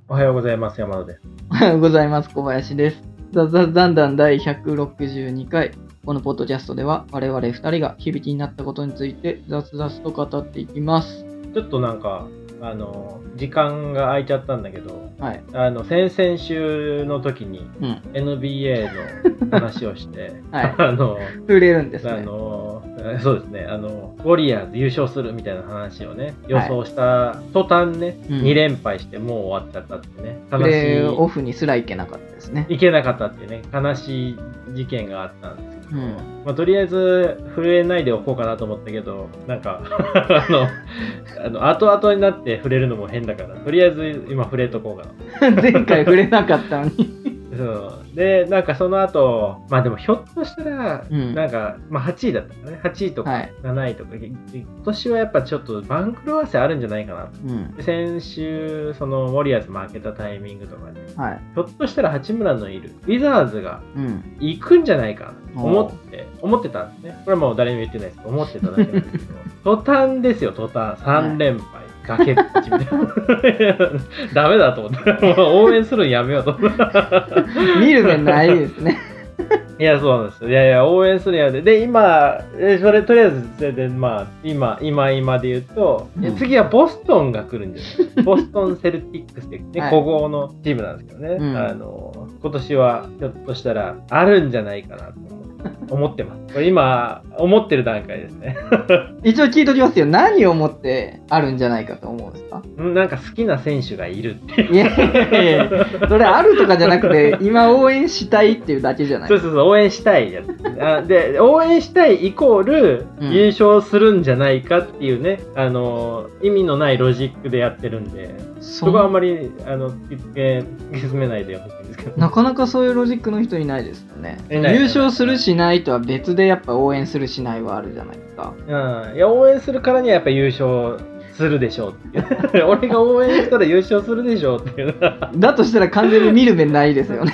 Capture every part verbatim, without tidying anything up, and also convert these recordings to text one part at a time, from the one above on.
おはようございます。山田です。 おはようございます。小林です。ザザザンダンだいひゃくろくじゅうにかい。このポッドキャストでは我々ふたりが響きになったことについて雑々と語っていきます。 ちょっとなんかあの時間が空いちゃったんだけど、 はい、 あの先々週の時に エヌビーエー の話をして、 はい、 あの触れるんですね。 あのそうですね、あのウォリアーズ優勝するみたいな話をね予想した途端ね、はい、に連敗してもう終わっちゃったってね、 悲しい。プレーオフにすらいけなかったですね。 いけなかったってね、悲しい事件があったんですけど、 うん、 まあ、とりあえず触れないでおこうかなと思ったけど、なんかあのあの後々になって触れるのも変だから、とりあえず今触れとこうかな。 前回触れなかったのにそうで、なんかその後、まあでもひょっとしたら、うん、なんか、まあ、はちいだったかね、はちいとかなないとか、はい、今年はやっぱちょっと番狂わせあるんじゃないかなと、うん、先週そのウォリアーズ負けたタイミングとかで、はい、ひょっとしたら八村のいるウィザーズが行くんじゃないかなと思って、うん、思ってたんですね。これはもう誰にも言ってないですけど、思ってただけなんですけど途端ですよ、途端さん連敗、はい、崖っぷちみたいなダメだと思ってもう応援するのやめようと思って見る目ないですねいや、そうなんですよ。いやいや、応援するんやで。で、今、それとりあえず、それで、まあ、今、今、今で言うと、うん、次はボストンが来るんですよ。ボストンセルティックスって、ね、はい、古豪のチームなんですけどね、うん、あの、今年は、ひょっとしたら、あるんじゃないかなと思ってます。これ今、思ってる段階ですね。 一応聞いときますよ。何をもってあるんじゃないかと思うんですか？ なんか好きな選手がいるっていう。 いやいやいや、それあるとかじゃなくて、今応援したいっていうだけじゃない。 そうそうそう、応援したいやつ。あで、応援したいイコール、優勝するんじゃないかっていうね、うん、あの、意味のないロジックでやってるんで、そこはあんまり、あの、えー、進めないでほしいんですけど。 なかなかそういうロジックの人いないですよね。優勝するしないとは別でやっぱ応援するしないはあるじゃないですか。 うん。いや、応援するからにはやっぱ優勝するでしょうっていう。俺が応援したら優勝するでしょうっていう。 だとしたら完全に見る目ないですよね。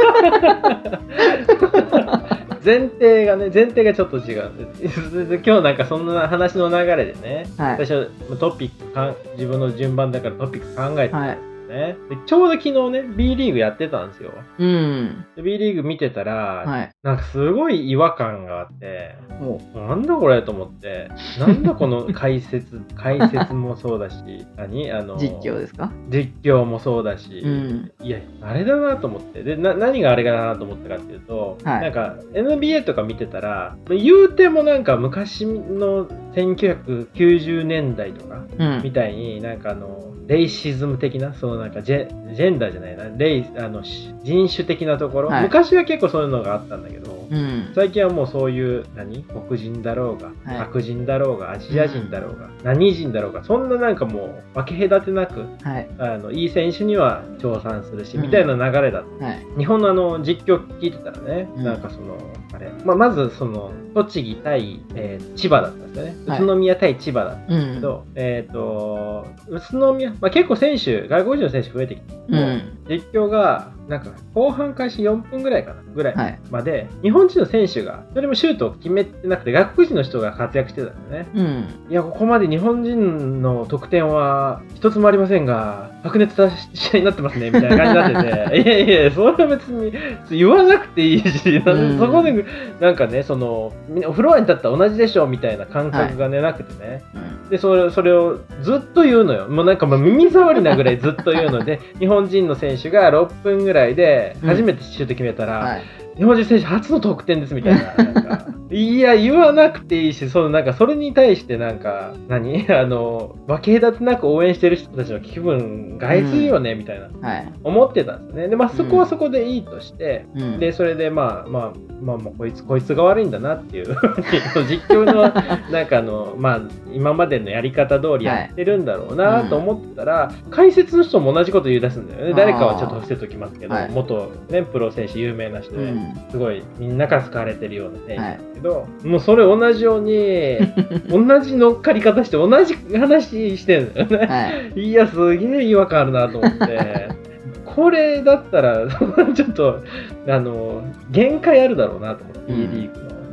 前提がね、前提がちょっと違う。今日なんかそんな話の流れでね、はい、最初トピックか自分の順番だからトピック考えてたんですね。はい、でちょうど昨日ね B リーグやってたんですよ。 うん、 で B リーグ見てたら、はい、なんかすごい違和感があって、なんだこれと思って、なんだこの解説解説もそうだし、何あの実況ですか？ 実況もそうだし、うん、いやあれだなと思って、でな何があれだなと思ったかっていうと、はい、なんか エヌビーエー とか見てたら、言うてもなんか昔のせんきゅうひゃくきゅうじゅうねんだいとかみたいに、うん、なんかあのレイシズム的な、そのなんかジェ、ジェンダーじゃないな、レイあの人種的なところ、はい、昔は結構そういうのがあったんだけど、うん、最近はもうそういう何黒人だろうが、はい、白人だろうがアジア人だろうが、うん、何人だろうが、そんななんかもう分け隔てなく、はい、あのいい選手には称賛するし、うん、みたいな流れだった、はい、日本のあの実況聞いてたらね、うん、なんかそのあれ、まあ、まずその栃木対、えー、千葉だったんですよね、はい、宇都宮対千葉だったんですけど、うん、えっ、ー、と宇都宮、まあ、結構選手外国人の選手増えてきて、うん、実況がなんか後半開始よんぷんぐらいかなぐらいまで、はい、日本人の選手がそれもシュートを決めてなくて外国人の人が活躍してたんだよね、うん、いやここまで日本人の得点は一つもありませんが白熱した試合になってますねみたいな感じになってていやいやそれは別に言わなくていいし、うん、そこでなんかねそのフロアに立ったら同じでしょみたいな感覚がね、はい、なくてね、うん、でそれそれをずっと言うのよ。もうなんかもう耳障りなぐらいずっと言うので日本人の選手がろっぷんぐらいで初めてシュート決めたら、うんはい、日本人選手初の得点ですみたいな、なんかいや言わなくていいし、そのなんかそれに対してなんか何あの分け隔てなく応援してる人たちの気分害するよね、うん、みたいな、はい、思ってたんですね。でまあそこはそこでいいとして、うん、でそれでまあまあまあもうこいつこいつが悪いんだなっていう実況のなんかあのまあ今までのやり方通りやってるんだろうなと思ってたら、はいうん、解説の人も同じこと言い出すんだよね。誰かはちょっと伏せときますけど、はい、元ねプロ選手有名な人で、うん、すごいみんなから使われてるような選手なんですけど、はい、もうそれ同じように同じ乗っかり方して同じ話してるんだよね、はい、いやすげえ違和感あるなと思ってこれだったらちょっとあの限界あるだろうなと思って、うん、B リーグの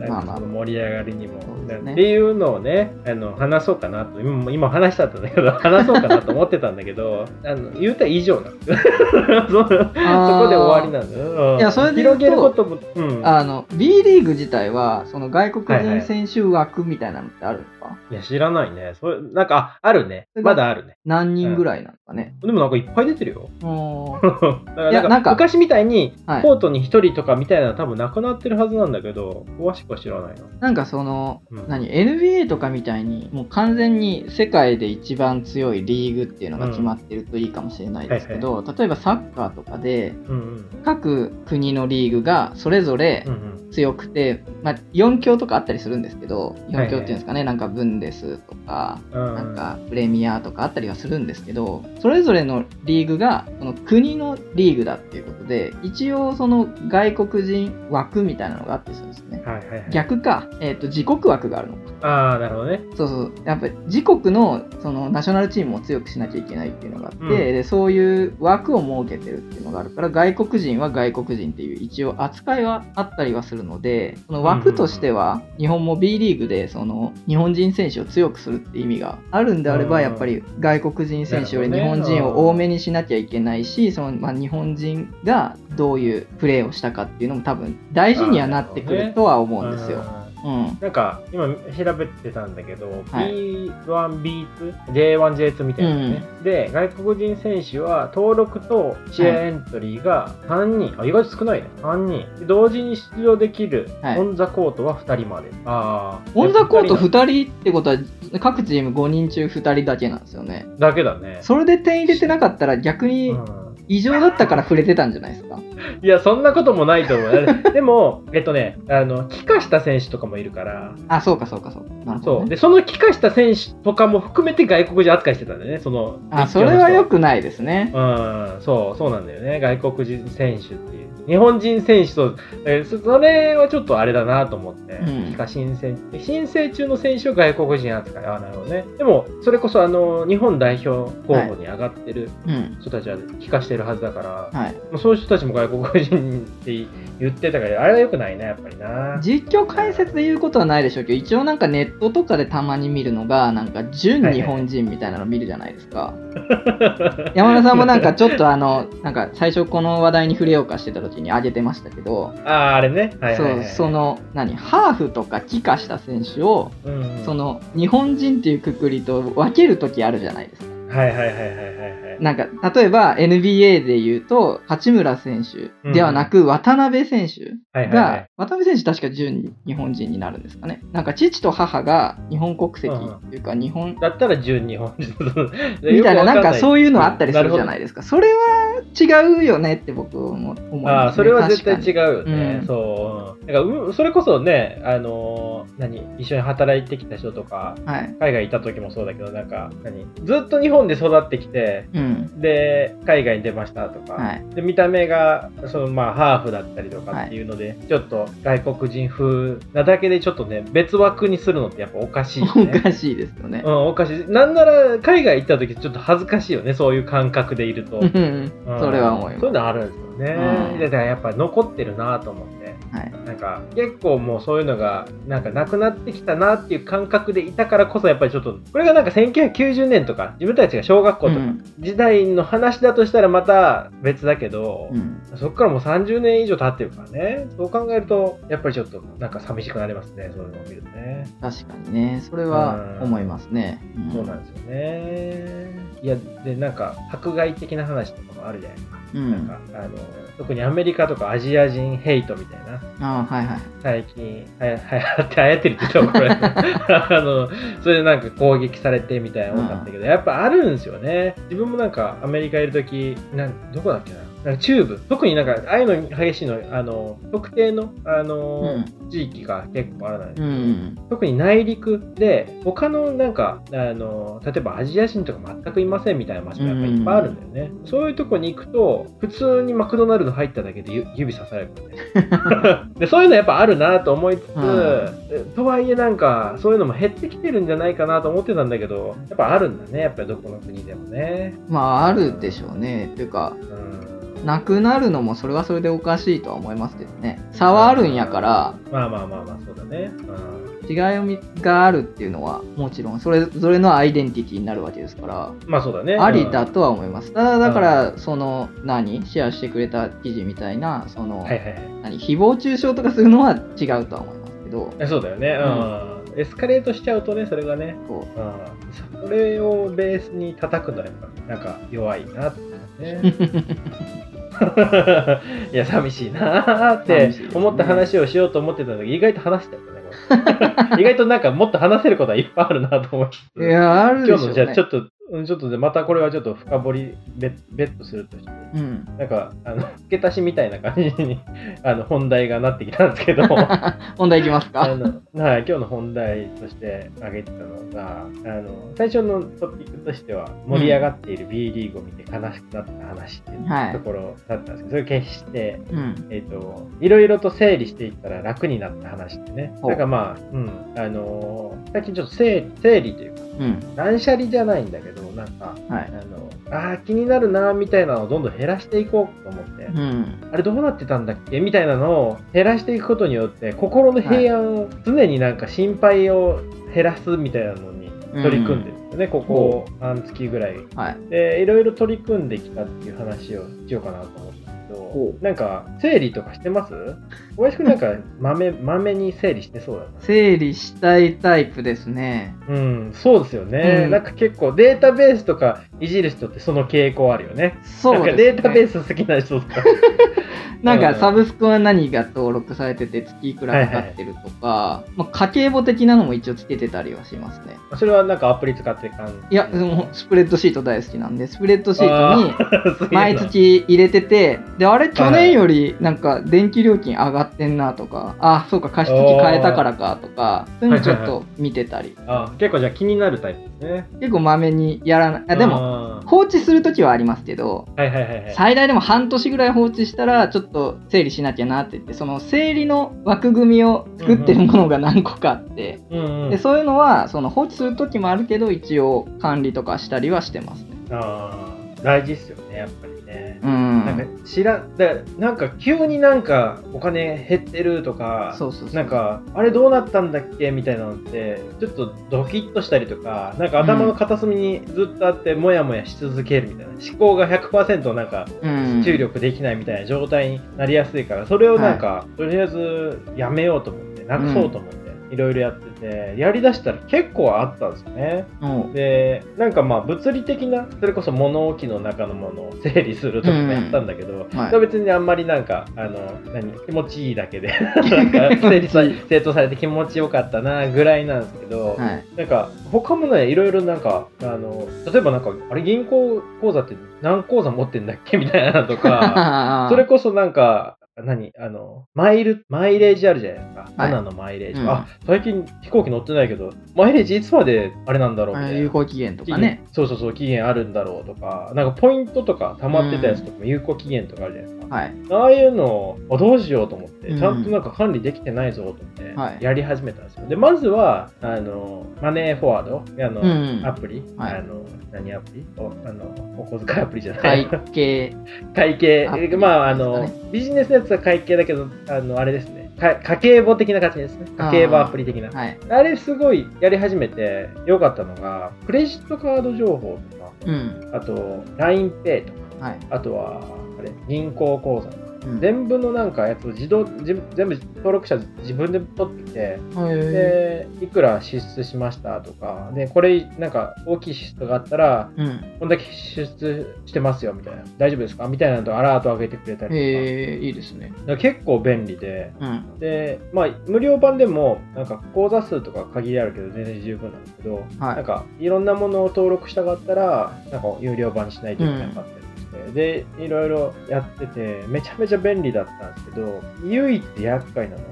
まあまあ、盛り上がりにも、ね、っていうのをねあの話そうかなと 今, 今話したんだけど話そうかなと思ってたんだけどあの言うたら以上なんですよそ, そこで終わりなんだよ。 いやそれで広げることも、 うん、あの B リーグ自体はその外国人選手枠みたいなのってあるんですか？はいはい、 いや知らないね。それなんかあるね。まだあるね。 何人ぐらいなんですかね。 うん、でもなんかいっぱい出てるよ。 いやなんか昔みたいにコートにひとりとかみたいなのは多分なくなってるはずなんだけど、詳しくは知らないな。 なんかその、うん、何 エヌビーエー とかみたいにもう完全に世界で一番強いリーグっていうのが決まってるといいかもしれないですけど、うんはいはい、例えばサッカーとかで、うんうん、各国のリーグがそれぞれ強くて、うんうん、まあ、よん強とかあったりするんですけど、よん強っていうんですかね、はいはい、なんかブンデスとか、うん、なんかプレミアとかあったりはするんですけど、それぞれのリーグがその国のリーグだっていうことで、一応その外国人枠みたいなのがあってそうですね、はいはいはい、逆か、えーと、自国枠があるのか。 ああ、なるほどね。 そうそう、やっぱり自国のそのナショナルチームを強くしなきゃいけないっていうのがあって、うん、でそういう枠を設けてるっていうのがあるから、外国人は外国人っていう一応扱いはあったりはするので、その枠としては日本も B リーグでその日本人選手を強くするって意味があるんであれば、やっぱり外国人選手より日本人を多めにしなきゃいけないし、そのまあ日本人がどういうプレーをしたかっていうのも多分大事にはなってくるとは思うんですよ。うん、なんか今調べてたんだけど、はい、ビーワン、ビーツー、ジェイワン、ジェイツー みたいなね、うん、で外国人選手は登録と試合エントリーがさんにん、はい、あ意外と少ないね、さんにん同時に出場できる、はい、オンザコートはふたりまで。あオンザコートふたりってことは各チームごにん中ふたりだけなんですよね。 だけだね。 それで点入れてなかったら逆に、うん異常だったから触れてたんじゃないですか。 いやそんなこともないと思う。でもえっとねあの帰化した選手とかもいるから。 あそうかそうかそうか。なるほどね、 そうでその帰化した選手とかも含めて外国人扱いしてたんだよね。そのあそれは良くないですね。 うんそうそうなんだよね。外国人選手っていう日本人選手とえそれはちょっとあれだなと思って、うん、帰化申請申請中の選手を外国人扱い。あなるほどね。でもそれこそあの日本代表候補に上がってる人たちは帰化してるはずだから、はい、もうそういう人たちも外国人って言ってたからあれは良くないなやっぱりな。 実況解説で言うことはないでしょうけど、一応なんかネットとかでたまに見るのがなんか純日本人みたいなの見るじゃないですか、はいはい、山田さんもなんかちょっとあのなんか最初この話題に触れようかしてた時に挙げてましたけど、 あああれね、はいはいはいはい、 そうその何ハーフとか帰化した選手を、うんうん、その日本人っていうくくりと分ける時あるじゃないですか。 はいはいはいはいはい。 なんか例えば エヌビーエー で言うと八村選手ではなく渡邊選手が、うんはいはいはい、渡邊選手確か純日本人になるんですかね。なんか父と母が日本国籍っていうか日本、 うん、だったら純日本人みたいななんかそういうのあったりするじゃないですか。それは違うよねって僕も思うんですね。 ああそれは絶対違うよね、うん、そうだからそれこそねあのー、何一緒に働いてきた人とか、はい、海外いた時もそうだけどなんか何ずっと日本で育ってきて、うん、で海外に出ましたとか、はい、で見た目がそのまあハーフだったりとかっていうので、はい、ちょっと外国人風なだけでちょっとね別枠にするのってやっぱおかしいよね。 おかしいですよね。 うんおかしい。なんなら海外行った時ちょっと恥ずかしいよねそういう感覚でいると。うん、 それは思います。 そういうのあるんですよね。うん、だからやっぱ残ってるなと思って。はい、なんか結構もうそういうのがなんかなくなってきたなっていう感覚でいたからこそやっぱりちょっとこれがなんかせんきゅうひゃくきゅうじゅうねんとか自分たちが小学校とか時代の話だとしたらまた別だけど、うん、そこからもうさんじゅうねん以上経ってるからね。そう考えるとやっぱりちょっとなんか寂しくなりますねそういうのを見るとね。 確かにねそれは思いますね、 うん、そうなんですよね。いやでなんか迫害的な話とかもあるじゃないですか、うん、なんかあの特にアメリカとかアジア人ヘイトみたいなあ、はいはい、 最近はやはやって流行ってるって言ったら怒られるあのそれでなんか攻撃されてみたいなの多かったけど、やっぱあるんですよね。自分もなんかアメリカいるときなんどこだっけななんか中部特になんかああいうの激しいのあの特定の、あのーうん、地域が結構あるんですけど、うん、特に内陸で他のなんかあの例えばアジア人とか全くいませんみたいな場所がやっぱいっぱいあるんだよね、うん、そういうとこに行くと普通にマクドナルド入っただけで指さされるからねでそういうのやっぱあるなと思いつつ、うん、とはいえなんかそういうのも減ってきてるんじゃないかなと思ってたんだけどやっぱあるんだねやっぱりどこの国でもね。 まああるでしょうねっていうか、うんなくなるのもそれはそれでおかしいとは思いますけどね。差はあるんやから、 まあまあまあまあそうだね、 うん、違いがあるっていうのはもちろんそれぞれのアイデンティティになるわけですから、 まあそうだね、 ありだとは思います。ただだからその何シェアしてくれた記事みたいなその、はいはいはい、何誹謗中傷とかするのは違うとは思いますけど。 そうだよね、うん、エスカレートしちゃうとねそれがね、そう、うん、それをベースに叩くのはやっぱなんか弱いなってね。いや寂しいなーって思った話をしようと思ってたんだけど、意外と話してたね。意外となんかもっと話せることはいっぱいあるなと思って。 いやあるでしょうね。 今日のじゃあちょっとちょっとでまたこれはちょっと深掘りベットするとして、うん、なんかあの付け足しみたいな感じにあの本題がなってきたんですけど本題いきますか。 あの、はい、今日の本題として挙げてたのが、あの最初のトピックとしては盛り上がっている B リーグを見て悲しくなった話っていうところだったんですけど、それを決して、うん、えっといろいろと整理していったら楽になった話ってね、なんかまあ、うん、あの最近ちょっと整理というか、うん、断捨離じゃないんだけどなんか、はい、あのあ気になるなみたいなのをどんどん減らしていこうと思って、うん、あれどうなってたんだっけみたいなのを減らしていくことによって心の平安を、はい、常になんか心配を減らすみたいなのに取り組んでるんですよね、うん、ここ半月ぐらい、はい、でいろいろ取り組んできたっていう話をしようかなと思って。なんか整理とかしてます？小林くんなんかまめまめに整理してそうだな。 整理したいタイプですね。 うん、そうですよね、うん。なんか結構データベースとかいじる人ってその傾向あるよね。 そうですね。 なんかデータベース好きな人とか。 なんかサブスクは何が登録されてて月いくらかかってるとか、はいはい、まあ、家計簿的なのも一応つけてたりはしますね。 それはなんかアプリ使って感じ？ いや、でもスプレッドシート大好きなんで、スプレッドシートに毎月入れてて、で、あれ去年よりなんか電気料金上がってんなとか、あ、そうか加湿器変えたからかとか、そういうのちょっと見てたり。 あ、結構じゃあ気になるタイプですね。 結構まめにやらない。あ、でも放置するときはありますけど、はいはいはいはい、最大でも半年ぐらい放置したらちょっと整理しなきゃなって言って、その整理の枠組みを作ってるものが何個かあって、うんうん、でそういうのはその放置する時もあるけど一応管理とかしたりはしてますね。 ああ、大事っすよねやっぱりね。うん、なんか知らだなんか急になんかお金減ってるとか、そうそうそう、なんかあれどうなったんだっけみたいなのってちょっとドキッとしたりとか、なんか頭の片隅にずっとあってモヤモヤし続けるみたいな、思考が ひゃくパーセント なんか注力できないみたいな状態になりやすいから、それをなんか、はい、とりあえずやめようと思ってなくそうと思って、うん、いろいろやっててやりだしたら結構あったんですよね、うん、でなんかまあ物理的なそれこそ物置の中のものを整理するとかもやったんだけど、うん、はい、別にあんまりなんかあの何気持ちいいだけでなんか整理さ整頓されて気持ちよかったなぐらいなんですけど、はい、なんか他もねいろいろなんかあの例えばなんかあれ銀行口座って何口座持ってんだっけみたいなのとかそれこそなんか何あのマイルマイレージあるじゃないですか。はい、ななのマイレージ、うん、あ最近飛行機乗ってないけどマイレージいつまであれなんだろうみたいな、 有効期限とかね、 そうそうそう期限あるんだろうとか、なんかポイントとか溜まってたやつとかも有効期限とかあるじゃないですか、はい、ああいうのをどうしようと思って、うん、ちゃんとなんか管理できてないぞと思ってやり始めたんですよ。でまずはあのマネーフォワードあの、うん、アプリ、はい、あの何アプリおあのお小遣いアプリじゃない会計会計まああのビジネスのやつは会計だけどあのあれですねか家計簿的な感じですね。家計簿アプリ的な あ,、はい、あれすごいやり始めてよかったのがクレジットカード情報とか、うん、あと ラインペイ とか、はい、あとはあれ銀行口座とか、うん、全部のなんかやつを自動全部登録者自分で取ってきて、でいくら支出しましたとかでこれなんか大きい支出があったら、うん、こんだけ支出してますよみたいな大丈夫ですかみたいなのとアラート上げてくれたりとか、 へーいいですね。 結構便利で、うん、でまあ無料版でもなんか口座数とか限りあるけど全然十分なんですけど、はい、なんかいろんなものを登録したかったらなんか有料版にしないといけなかったり、うんでいろいろやっててめちゃめちゃ便利だったんですけど、唯一厄介なのが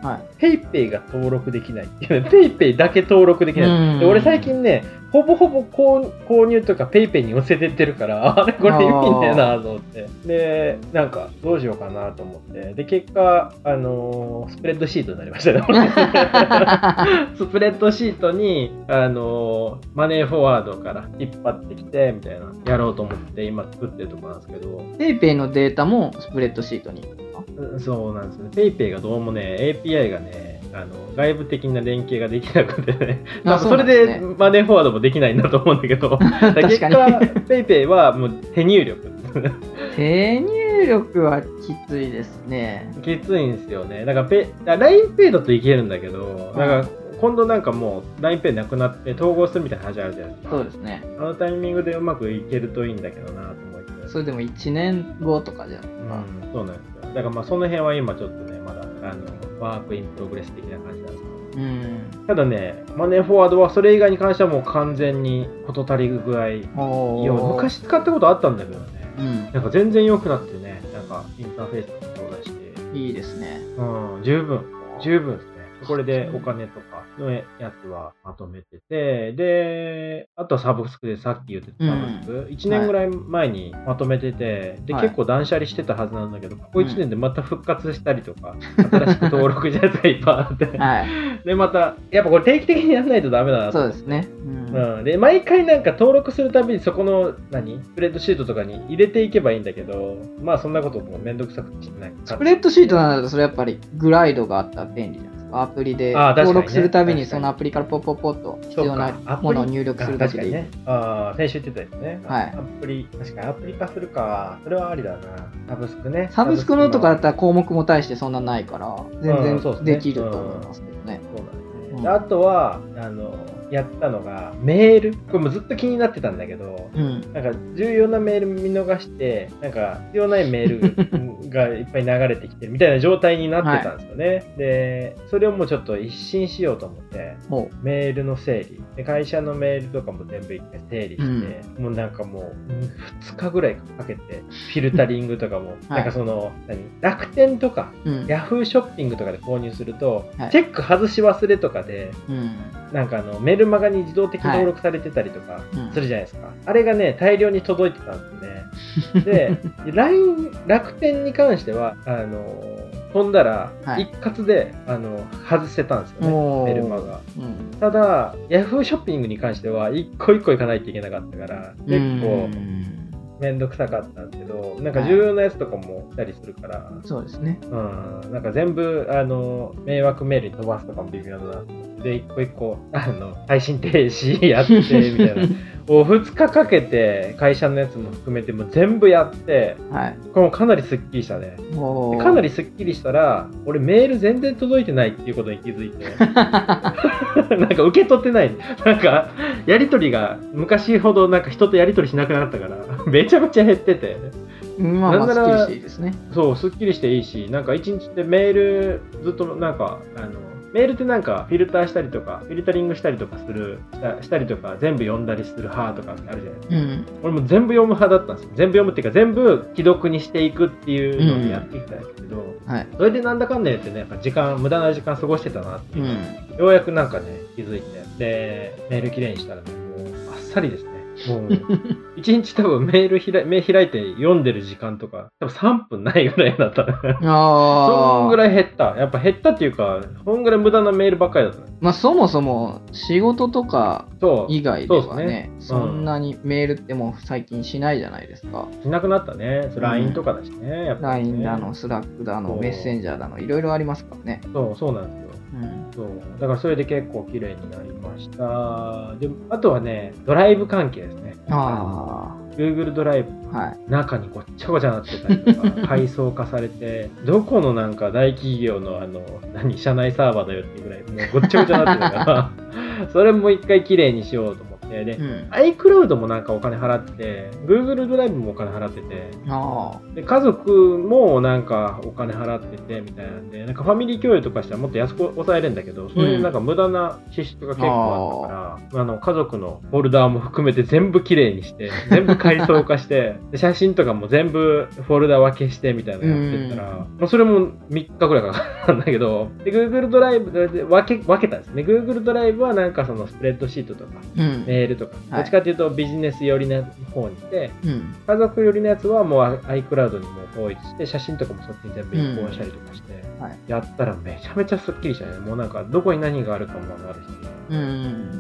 はい、 PayPay が登録できないっていうね。PayPay だけ登録できない。で俺最近ね、ほぼほぼ購入とか PayPay に寄せてってるから、あれこれ意味ねえなと思って。で、なんかどうしようかなと思って。で、結果、あのー、スプレッドシートになりましたね。スプレッドシートに、あのー、マネーフォワードから引っ張ってきて、みたいな、やろうと思って今作ってるところなんですけど。 PayPay のデータもスプレッドシートに。 そうなんですね。PayPay がどうもね、エーピーアイ がね、あの外部的な連携ができなくてね、多分それでマネーフォワードもできないんだと思うんだけど、結果、PayPay はもう手入力。 手入力はきついですね。 きついんですよね。だからペ ライン Pay だといけるんだけど、なんか今度なんかもう ライン Pay なくなって統合するみたいな話あるじゃないですか。 そうですね。 あのタイミングでうまくいけるといいんだけどなと思って。 それでもいちねんごとかじゃないですか。 うん、そうなんですよ。だからまあその辺は今ちょっとね、まだあのワークインプログレス的な感じなんですけど。 うん、 ただね、マネーフォワードはそれ以外に関してはもう完全に事足り具合。いや昔使ったことあったんだけどね、うん、なんか全然良くなってね、なんかインターフェースもそうだし。 いいですね。 うん、十分、十分ですね。これでお金とかのやつはまとめてて、で、あとはサブスクでさっき言ってたサブスク、うん、いちねんぐらい前にまとめてて、で、はい、結構断捨離してたはずなんだけど、ここいちねんでまた復活したりとか、うん、新しく登録したやつがいっぱいあって、はい、で、また、やっぱこれ定期的にやらないとダメだなと思って。 そうですね。 うんうん、で毎回なんか登録するたびにそこの何スプレッドシートとかに入れていけばいいんだけど、まあそんなこともめんどくさくてしてない。 スプレッドシートなんだとそれやっぱりグライドがあったら便利じゃないですか。アプリで登録するたびにそのアプリからポッポッポッと必要なものを入力するだけでいい。 ね、ああ先週言ってたよね。 はい。 アプリ確かにアプリ化するか、それはありだな。サブスクね。 サブスクのとかだったら項目も大してそんなないから全然できると思いますけどね。 そうなんですね。あとはあの。やったのがメール、これもずっと気になってたんだけど、うん、なんか重要なメール見逃してなんか必要ないメールがいっぱい流れてきてるみたいな状態になってたんですよね、はい、でそれをもうちょっと一新しようと思ってメールの整理で会社のメールとかも全部一回整理して、うん、もうなんかもうふつかぐらいかけてフィルタリングとかも、はい、なんかその何楽天とか、うん、ヤフーショッピングとかで購入すると、はい、チェック外し忘れとかで、うん、なんかあのメールメルマガに自動的登録されてたりとかするじゃないですか、はいうん、あれがね大量に届いてたんですね。で ライン 楽天に関してはあの飛んだら一括で、はい、あの外せたんですよねメルマガ、うん、ただヤフーショッピングに関しては一個一個行かないといけなかったから結構めんどくさかったんですけど、なんか重要なやつとかも来たりするから、はい、 そうですね、 うん、なんか全部あの迷惑メールに飛ばすとかも微妙だなで一個一個あの配信停止やってみたいなをふつかかけて会社のやつも含めても全部やって、はい、これもかなりスッキリしたね。かなりスッキリしたら俺メール全然届いてないっていうことに気づいてなんか受け取ってないなんかやり取りが昔ほどなんか人とやり取りしなくなったからめちゃめちゃ減ってて、 まあ、まあスッキリしていいですね。 そうスッキリしていいし、なんか一日でメールずっとなんかあのメールってなんかフィルターしたりとかフィルタリングしたりとかする した, したりとか全部読んだりする派とかあるじゃないですか、うん、俺も全部読む派だったんですよ。全部読むっていうか全部既読にしていくっていうのをやってきたんですけど、うんはい、それでなんだかんだ言ってねやっぱ時間無駄な時間過ごしてたなっていう、うん、ようやくなんかね気づいてでメールきれいにしたらねもうあっさりですね。もう一日多分メール開い目開いて読んでる時間とか多分さんぷんないぐらいだったあそんぐらい減った。やっぱ減ったっていうかそんぐらい無駄なメールばっかりだったね。 まあそもそも仕事とか以外では ね, そ, ね、うん、そんなにメールってもう最近しないじゃないですか。 しなくなったね。ライン とかだしね、やっぱりねライン だのスラックだのメッセンジャーだのいろいろありますからね。 そうそうなんですよ、うん、そうだからそれで結構綺麗になりました。であとはねドライブ関係ですね。ああ Google ドライブ、はい、中にごっちゃごちゃなってたりとか階層化されてどこのなんか大企業のあの何社内サーバーだよっていうぐらいもうごっちゃごちゃなってたからそれも一回綺麗にしようと思ってて、で、うん、iCloud もなんかお金払ってて、Google ドライブもお金払ってて、 あで家族もなんかお金払っててみたいなんで、なんかファミリー共有とかしたらもっと安く抑えれるんだけど、そういうなんか無駄な支出が結構あったから、うん、あの家族のフォルダーも含めて全部きれいにして、全部階層化してで写真とかも全部フォルダ分けしてみたいなのやってったら、うん、まあ、それもみっかぐらいかかったんだけど、で Google ドライブで分け分けたんですね。 Google ドライブはなんかそのスプレッドシートとか、うん、メールとか、どっちかっていうとビジネス寄りの方にして、うん、家族寄りのやつはもう iCloud にも統一して写真とかもそっちに全部移行したりとかして、うん、はい、やったらめちゃめちゃスッキリしたね。もうなんかどこに何があるかも分かるし、うん、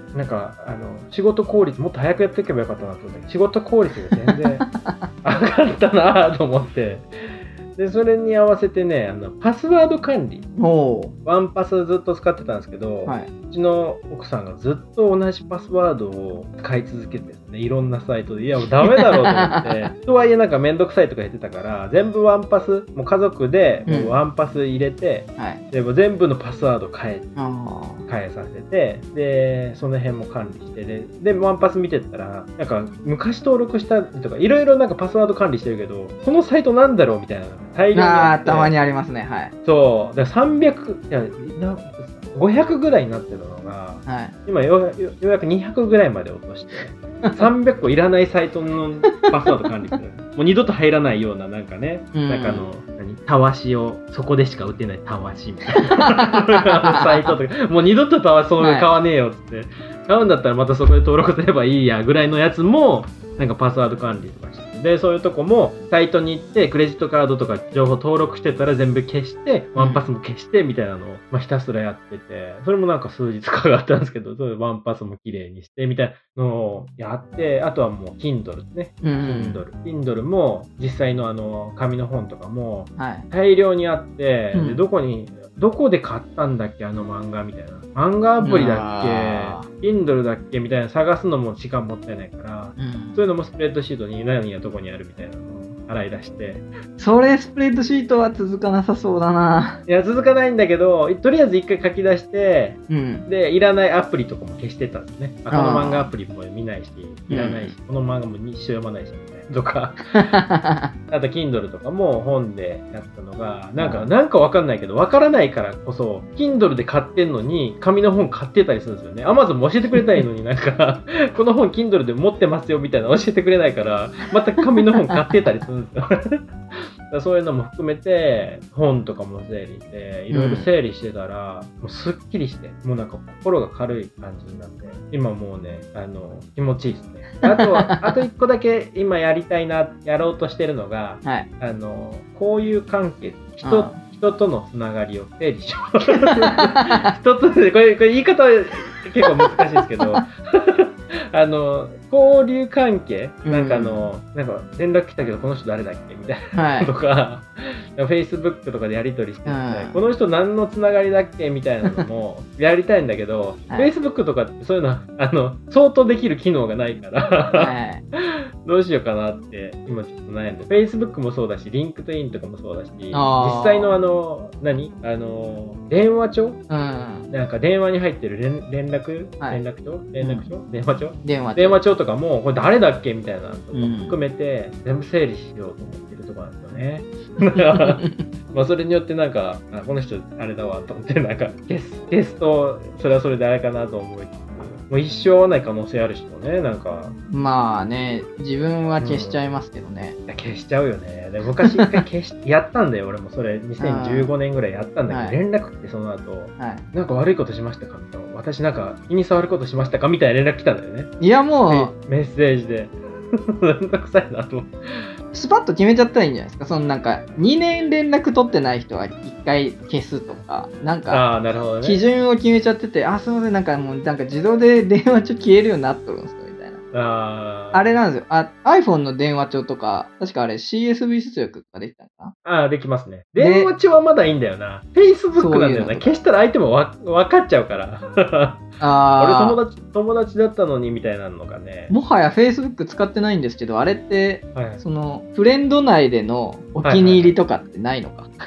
なんかあの仕事効率もっと早くやっていけばよかったなと思って、仕事効率が全然上がったなと思って、でそれに合わせてね、あのパスワード管理、ワンパスずっと使ってたんですけど、はい、うちの奥さんがずっと同じパスワードを使い続けてですね、いろんなサイトで、いやもうダメだろうと思ってとはいえなんかめんどくさいとか言ってたから、全部ワンパス、もう家族でもうワンパス入れて、うん、はい、でも全部のパスワード変え変えさせて、でその辺も管理して、ででワンパス見てったら、なんか昔登録したりとかいろいろなんかパスワード管理してるけど、このサイトなんだろうみたいな大量にあって、 あ、たまにありますね。はい。 そうだからさんびゃく、いやなごひゃくぐらいになってるのが、はい、今よう、ようやくにひゃくぐらいまで落としてさんびゃっこいらないサイトのパスワード管理するもう二度と入らないような、なんかね、うん、なんかあの何たわしをそこでしか売ってないたわしみたいなサイトとか、もう二度とたわしそれ買わねえよっつって、はい、買うんだったらまたそこで登録すればいいやぐらいのやつもなんかパスワード管理とかして、でそういうとこもサイトに行ってクレジットカードとか情報登録してたら全部消して、ワンパスも消してみたいなのを、まあ、ひたすらやってて、それもなんか数日かかったんですけど、それワンパスも綺麗にしてみたいなのをやって、あとはもう Kindle ですね、うんうん、Kindle Kindle も実際のあの紙の本とかも大量にあって、はい、でどこにどこで買ったんだっけあの漫画みたいな、漫画アプリだっけ Kindle だっけみたいな探すのも時間もったいないから、うん、そういうのもスプレッドシートに何がどこにあるみたいなのを洗い出して、 それスプレッドシートは続かなさそうだな。 いや続かないんだけど、とりあえず一回書き出して、うん、でいらないアプリとかも消してたんですね。あ、この漫画アプリも見ないしいらないし、うん、この漫画も一生読まないしみたいなとかあと Kindle とかも本でやったのがなんか、うん、なんかわかんないけどわからないからこそ Kindle で買ってんのに紙の本買ってたりするんですよね。 Amazon も教えてくれたらいいのになんかこの本 Kindle で持ってますよみたいな教えてくれないから、また紙の本買ってたりするんですよそういうのも含めて本とかも整理していろいろ整理してたら、うん、もうすっきりしてもうなんか心が軽い感じになって、今もうねあの気持ちいいですね。あとあと一個だけ今やりたいなやろうとしてるのが、はい、あの交友関係、人人とのつながりを整理しよう人とこれこれ言い方は結構難しいですけどあの交流関係、なんかあの、うん、なんか連絡来たけどこの人誰だっけみたいな、はい、とか Facebook とかでやり取りしてて、うん、この人何のつながりだっけみたいなのもやりたいんだけど、はい、Facebook とかってそういうのはあの相当できる機能がないから、はい、どうしようかなって今ちょっと悩んで、 Facebook もそうだし LinkedIn とかもそうだし、実際のあの何あの電話帳、うん、なんか電話に入ってる 連, 連絡、はい、連絡帳連絡帳、うん、電話帳電話帳電話帳とかもこれ誰だっけみたいなのとか含めて全部整理しようと思ってるところなんですよね。だからまあそれによってなんかあこの人あれだわと思ってなんか消す消すとそれはそれであれかなと思いつつ、もう一生会わない可能性ある人ね、なんかまあね自分は消しちゃいますけどね、 うん、いや消しちゃうよね。で昔一回消しやったんだよ俺もそれにせんじゅうごねんぐらいやったんだけど、連絡ってその後、はい、なんか悪いことしましたかみたいな、私なんか気に障ることしましたかみたいな連絡来たんだよね。 いやもうメッセージでめんどくさいなと思ってスパッと決めちゃったらいいんじゃないですか。そのなんかにねん連絡取ってない人はいっかい消すとか、なんか基準を決めちゃってて、あ、すいませんなんかもうなんか自動で電話帳消えるようになっとるんですかみたいな。ああれなんですよ。あ iPhone の電話帳とか確かあれ シーエスビー 出力ができたのかな。 ああできますね。電話帳はまだいいんだよな。Facebook なんだよな。消したら相手もわ分かっちゃうからあ俺友達友達だったのにみたいなのがね。 もはや Facebook 使ってないんですけど、あれって、はい、そのフレンド内でのお気に入りとかってないのか、はいはい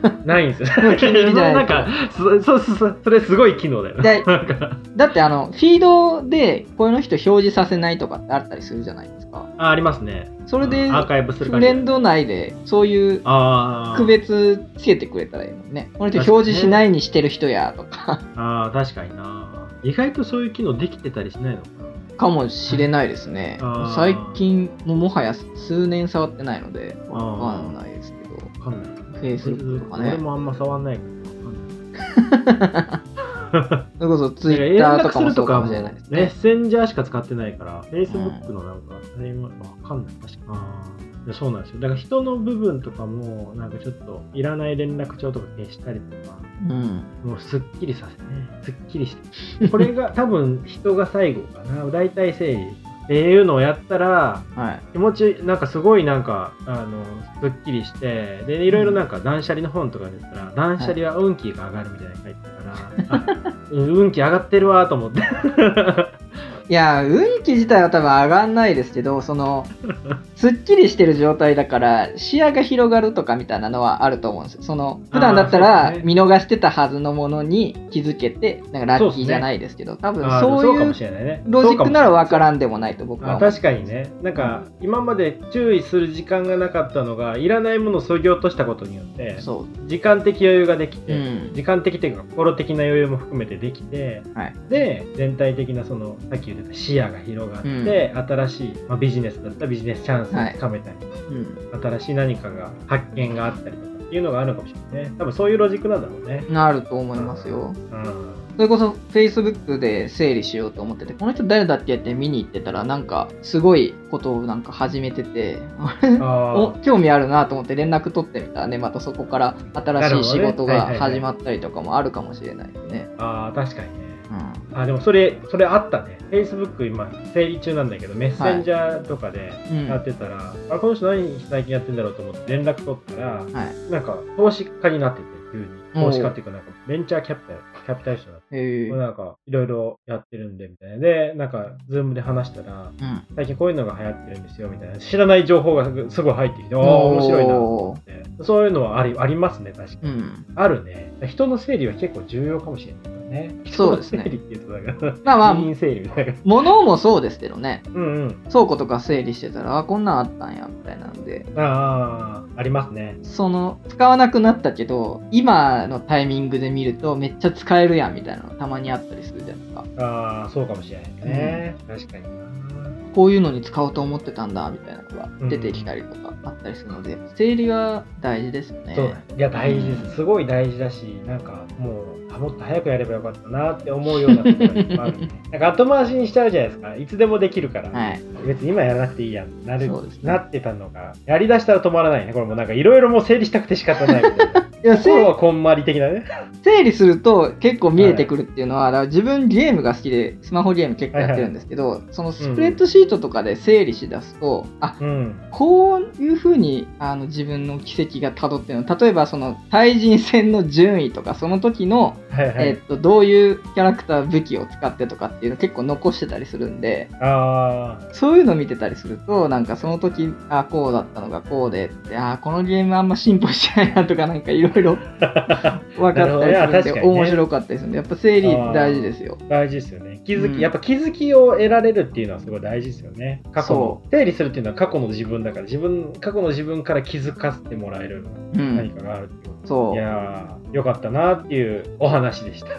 ないんですよ。 お気に入りじゃないなんかそそうそうそう、それすごい機能だよね。 だってあのフィードでこの人表示させないとかってあったりするじゃないですか。 あ、ありますね。 それで、 アーカイブするフレンド内でそういう区別つけてくれたらいいのね。この人表示しないにしてる人やとか。 ああ、確かにな。意外とそういう機能できてたりしないのかな。 かもしれないですね。最近ももはや数年触ってないのでわかんないですけど。 わかんない。 Facebook とかね。 俺もあんま触んないからわかんない。 それこそ Twitter とかもそうかもしれないですね。 メッセンジャーしか使ってないから、Facebook のなんか、あれわかんない。確かに。そうなんですよ。だから人の部分とかも、なんかちょっといらない連絡帳とか消したりとか、うん、もうすっきりさせてね、すっきりして。これが多分人が最後かな。大体整理っていうのをやったら、はい、気持ちなんかすごいなんかあのすっきりして、でいろいろなんか断捨離の本とかで言ったら、断捨離は運気が上がるみたいな書いてたから、はい、運気上がってるわと思って。 いや、運気自体は多分上がんないですけど、そのすっきりしてる状態だから視野が広がるとかみたいなのはあると思うんですよ。その普段だったら見逃してたはずのものに気づけて、なんかラッキーじゃないですけど、ね、多分そういうロジックなら分からんでもないと僕は思う。 確かにね。なんか今まで注意する時間がなかったのが、いらないものを削ぎ落としたことによって時間的余裕ができて、うん、時間的というか心的な余裕も含めてできて、はい、で全体的なそのさっき言ってた視野が広がって、うん、新しい、まあ、ビジネスだったらビジネスチャンスをつかめたり、はい、うん、新しい何かが発見があったりとかっていうのがあるかもしれないね。多分そういうロジックなんだろうね。 なると思いますよ。うん、それこそ Facebook で整理しようと思ってて、この人誰だっけって見に行ってたら、なんかすごいことをなんか始めててお興味あるなと思って連絡取ってみたらね、またそこから新しい仕事が始まったりとかもあるかもしれないですね。 ああ、確かにね。うん、あでもそれそれあったね。 Facebook 今整理中なんだけど、メッセンジャーとかでやってたら、はい、うん、あこの人何最近やってんだろうと思って連絡取ったら、はい、なんか投資家になってて、急に投資家っていうかなんかベンチャーキャピタルキャピタリストだって、なんかいろいろやってるんでみたいな。でなんかズームで話したら、うん、最近こういうのが流行ってるんですよみたいな、知らない情報がすごい入ってきて、ああ面白いなと思って、そういうのはありありますね。確かに、うん、あるね。人の整理は結構重要かもしれないね。 そうですね。 整理っていうとだから、 まあまあ、 人員整理みたいな。 物もそうですけどね。 うんうん。 倉庫とか整理してたら、あ、こんなんあったんやみたいなんで。 ああ、ありますね。 その使わなくなったけど、今のタイミングで見るとめっちゃ使えるやんみたいなのたまにあったりするじゃないですか。 ああ、そうかもしれないね。うん、確かに。 こういうのに使おうと思ってたんだみたいなのが出てきたりとかあったりするので、うん、整理は大事ですよね。 そうだ。いや大事です、うん、すごい大事だし、なんかもうあもっと早くやればよかったなって思うようなことがいっぱいあるね。なんか後回しにしちゃうじゃないですか。いつでもできるから、はい、別に今やらなくていいやんなる、ね、なってたのがやりだしたら止まらないね。これもなんかいろいろもう整理したくて仕方ないみたいな。いや心はこんまり的なね。 整理すると結構見えてくるっていうのは、はい、だから自分ゲームが好きでスマホゲーム結構やってるんですけど、はいはい、そのスプレッドシートとかで整理しだすと、うん、あ、うん、こういう風にあの自分の軌跡が辿ってるの。例えばその対人戦の順位とかその時の、はいはい、えー、っとどういうキャラクター武器を使ってとかっていうの結構残してたりするんで、あそういうの見てたりするとなんかその時あこうだったのがこうでってあこのゲームあんま進歩してないなとかなんかいろいろ分かったりするんで、ね、面白かったりするんでやっぱ整理大事ですよ。 大事ですよね。気づき、うん、やっぱ気づきを得られるっていうのはすごい大事ですよね。過去の整理するっていうのは過去の自分だから自分過去の自分から気づかせてもらえる何かがあるってこと、うん、そういやーよかったなっていうお話でした。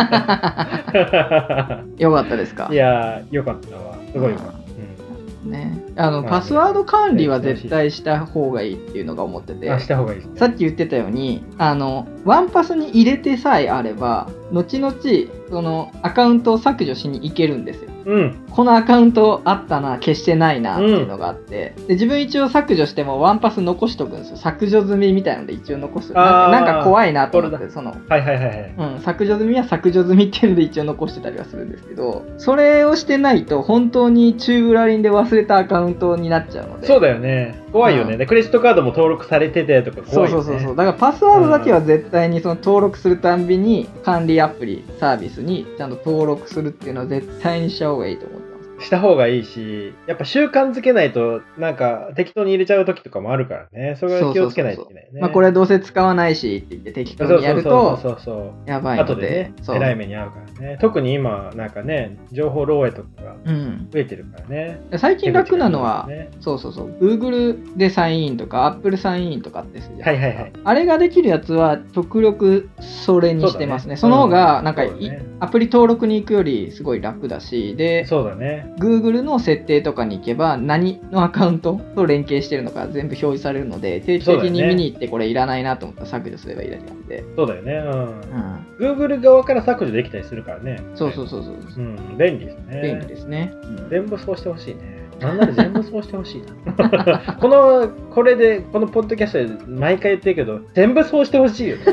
よかったですか。 いやーよかったわ、すごいよかった。 ね、あのパスワード管理は絶対した方がいいっていうのが思ってて、 あした方がいいですね。 さっき言ってたようにあのワンパスに入れてさえあれば後々そのアカウントを削除しに行けるんですよ。うん、このアカウントあったな消してないなっていうのがあって、うん、で自分一応削除してもワンパス残しとくんですよ。削除済みみたいなので一応残す。なんか、なんか怖いなと思ってその、 はいはいはいはい、 うん、削除済みは削除済みっていうので一応残してたりはするんですけど、それをしてないと本当に宙ぶらりんで忘れたアカウントになっちゃうので。 そうだよね、怖いよね、うん、でクレジットカードも登録されててとか怖いよね。 そうそうそうそう。だからパスワードだけは絶対にその登録するたんびに管理アプリサービスにちゃんと登録するっていうのは絶対にした方がいいと思ってます。 した方がいいし、やっぱ習慣づけないと、なんか適当に入れちゃう時とかもあるからね。それは気をつけないといけないね。そうそうそうそう、 まあこれどうせ使わないしって言って適当にやると、 そうそうそうそう、 やばいので。 後でね、偉い目に遭うからね。特に今、なんかね、情報漏洩とかが増えてるからね。 うん、最近楽なのは、ね、そうそうそう、Google でサインインとか、Apple サインインとかってするじゃないですか。はいはいはい。あれができるやつは極力それにしてますね。そ, ねその方が、なんか、うんね、アプリ登録に行くよりすごい楽だし、で、 そうだね。 Google の設定とかに行けば、何のアカウントと連携してるのか全部表示されるので、定期的に見に行ってこれいらないなと思ったら削除すればいいだけなんで。 そうだよね。うん。うん、Google 側から削除できたりするからね。 そうそうそうそう。 うん、便利ですね。 便利ですね。 うん、全部そうしてほしいね。なんなら全部そうしてほしいな。この、これで、このポッドキャストで毎回言ってるけど、全部そうしてほしいよね。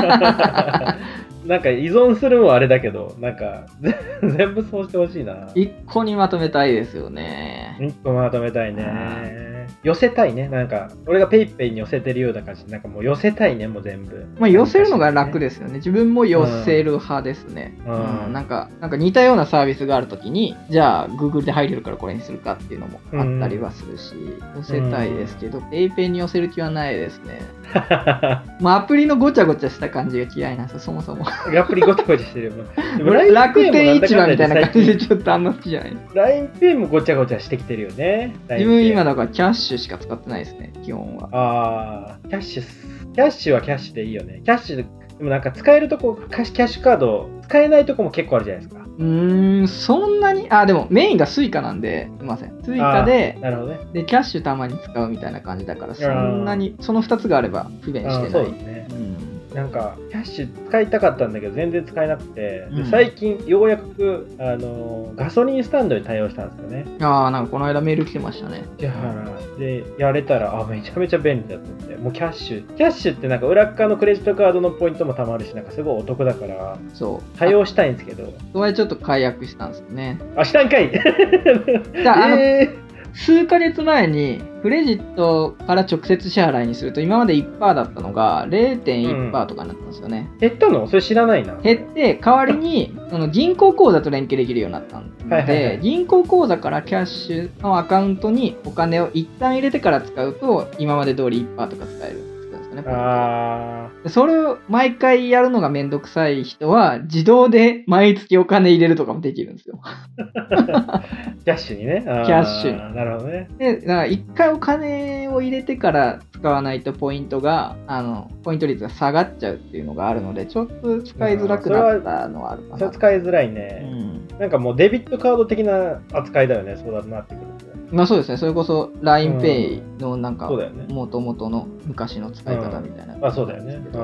なんか依存するもあれだけど、なんか全部そうしてほしいな。 一個にまとめたいですよね。 一個まとめたいね。寄せたいね。なんか俺がペイペイに寄せてるような感じ、なんかもう寄せたいね、もう全部。 まあ寄せるのが楽ですよね。自分も寄せる派ですね。うん。うん、なんかなんか似たようなサービスがあるときに、じゃあ Google で入れるからこれにするかっていうのもあったりはするし、うん、寄せたいですけど、ペイペイに寄せる気はないですね。まあアプリのごちゃごちゃした感じが嫌いなんですよ、そもそも。 アプリごちゃごちゃしてるよ。 楽天市場みたいな感じでちょっとあんま好きじゃない。 ラインペイ もごちゃごちゃしてきてるよね。 自分今だからキャッシュしか使ってないですね、基本は。 ああ、キャッシュ、キャッシュはキャッシュでいいよね。キャッシュ、でもなんか使えるとこ、キャッシュカード、使えないとこも結構あるじゃないですか。 うーん、そんなに、あ、でもメインがスイカなんで、すいません。スイカで、 なるほどね。 で、キャッシュたまに使うみたいな感じだから、そんなに、そのふたつがあれば不便してない。 そうですね。うん、なんか、キャッシュ使いたかったんだけど、全然使えなくて、うん、で最近、ようやく、あの、ガソリンスタンドに対応したんですよね。 ああ、なんかこの間メール来てましたね。 いやで、やれたら、あ、めちゃめちゃ便利だと思って、もうキャッシュ、キャッシュってなんか裏側のクレジットカードのポイントもたまるし、なんかすごいお得だから、 そう。 対応したいんですけど。 それちょっと解約したんですよね。 あ、したんかい。 じゃあ、えー数ヶ月前にクレジットから直接支払いにすると今まで いちパーセント だったのが れいてんいちパーセント とかになったんですよね、 うん、減ったの？それ知らないな。 減って代わりにその銀行口座と連携できるようになったので、はいはいはい、銀行口座からキャッシュのアカウントにお金を一旦入れてから使うと今まで通り いちパーセント とか使える。あそれを毎回やるのがめんどくさい人は自動で毎月お金入れるとかもできるんですよ。 キャッシュにね。 キャッシュに。 なるほどね。 で、だから一回お金を入れてから使わないとポイントが、あの、ポイント率が下がっちゃうっていうのがあるので、ちょっと使いづらくなったのはあるかな。 それは使いづらいね、うん。なんかもうデビットカード的な扱いだよね、そうだなってくると。 まあそうですね、それこそ ラインペイ のなんか、もともとの昔の使い方みたいな、 うん。まあそうだよね。うん、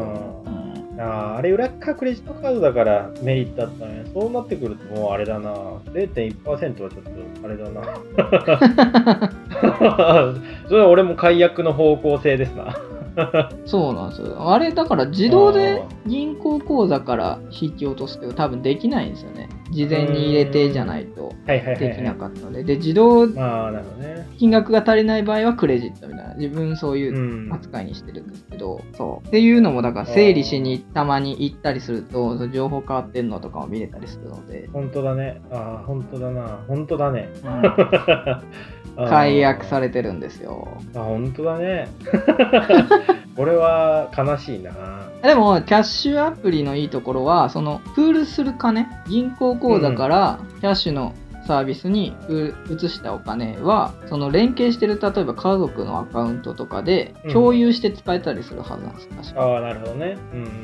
あ, あれ裏側クレジットカードだからメリットだったね。そうなってくるともうあれだな。れいてんいちパーセント はちょっとあれだな。それは俺も解約の方向性ですな。 そうなんですよ。あれだから自動で銀行口座から引き落とすけど多分できないんですよね。事前に入れてじゃないとできなかったので、で自動金額が足りない場合はクレジットみたいな自分そういう扱いにしてるんですけど、そうっていうのもだから整理しにたまに行ったりすると情報変わってんのとかも見れたりするので。 本当だね。ああ本当だな。本当だね。 うん、解約されてるんですよ。 あ本当だね。これは悲しいな。 でもキャッシュアプリのいいところはそのプールする金、銀行口座からキャッシュのサービスに移したお金はその連携してる例えば家族のアカウントとかで共有して使えたりするはずなんです、確か。 ああなるほどね、うんうん、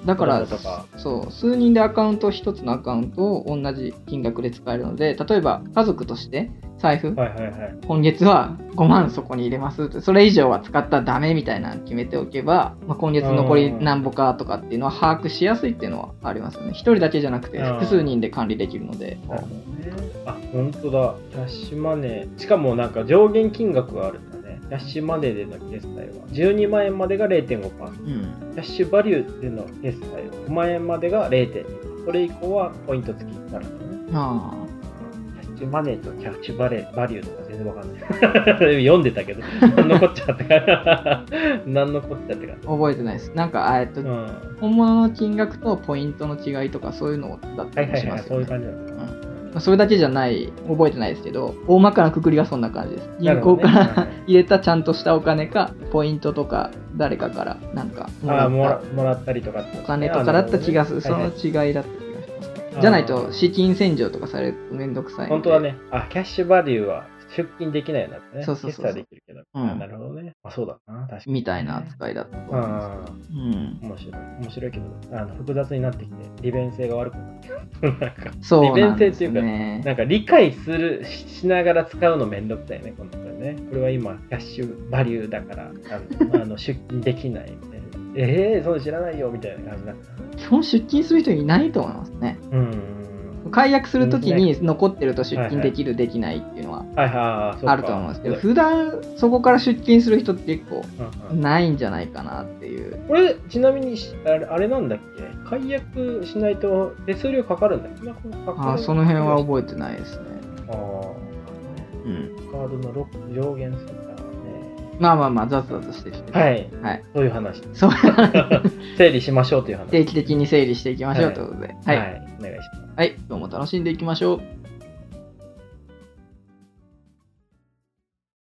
だからそう数人でアカウントひとつのアカウントを同じ金額で使えるので、例えば家族として財布、はいはいはい、今月はごまんそこに入れますって、それ以上は使ったらダメみたいなの決めておけば、まあ、今月残り何ぼかとかっていうのは把握しやすいっていうのはありますよね。一人だけじゃなくて複数人で管理できるので。 なるほどね。あ、本当だ。キャッシュマネー。しかもなんか上限金額があるんだね。キャッシュマネーでの決済はじゅうにまんえんまでが れいてんごパーセント、うん、キャッシュバリューでの決済はごまんえんまでが れいてんに、それ以降はポイント付きになるんだね。ああ。マネーとキャッシュバレーバリューとか全然わかんない読んでたけど何のこっちゃってか何のこっちゃってか覚えてないです。なんかえっと、うん、本物の金額とポイントの違いとかそういうのだったりしますよね。 はいはいはい、そういう感じなんですか、うん、 まあ、それだけじゃない、覚えてないですけど、大まかなくくりがそんな感じです。銀行から、ね、入れたちゃんとしたお金か、ポイントとか、誰かからなんかもらった、もら、もらったりとかって、 お金とかだった気がする、その違いだった気がしますね。じゃないと、資金洗浄とかされるとめんどくさい。 本当はね、あ、キャッシュバリューは出金できないようになってね。 そうそうそうそう。 決済できるけど。うん、なるほどね。あ、そうだな。確かに。 みたいな扱いだったと思います。うん。 面白い。面白いけど、あの複雑になってきて、利便性が悪くなってなんか、 そう利便性っていうか、 ね、 なんか理解するしながら使うのめんどくさいね、このこれね。これは今、キャッシュバリューだから、あのあの出金できないみたいな。ええー、それ知らないよみたいな感じだった。 基本出金する人いないと思いますね。 うん。 解約するときに残ってると出金できる、できないっていうのはあると思うんですけど、普段そこから出金する人って結構ないんじゃないかなっていう。 これちなみにあれ、あれなんだっけ、解約しないと手数料かかるんだっけ。 ああ、その辺は覚えてないですね。ああ、 うん、カードのロック上限するからね。 まあまあまあ、ざつざつしてきて、 はい、はい、そういう話。 そう整理しましょうという話。 定期的に整理していきましょうということで、 はい、はい、お願いします。 はい、どうも楽しんでいきましょう。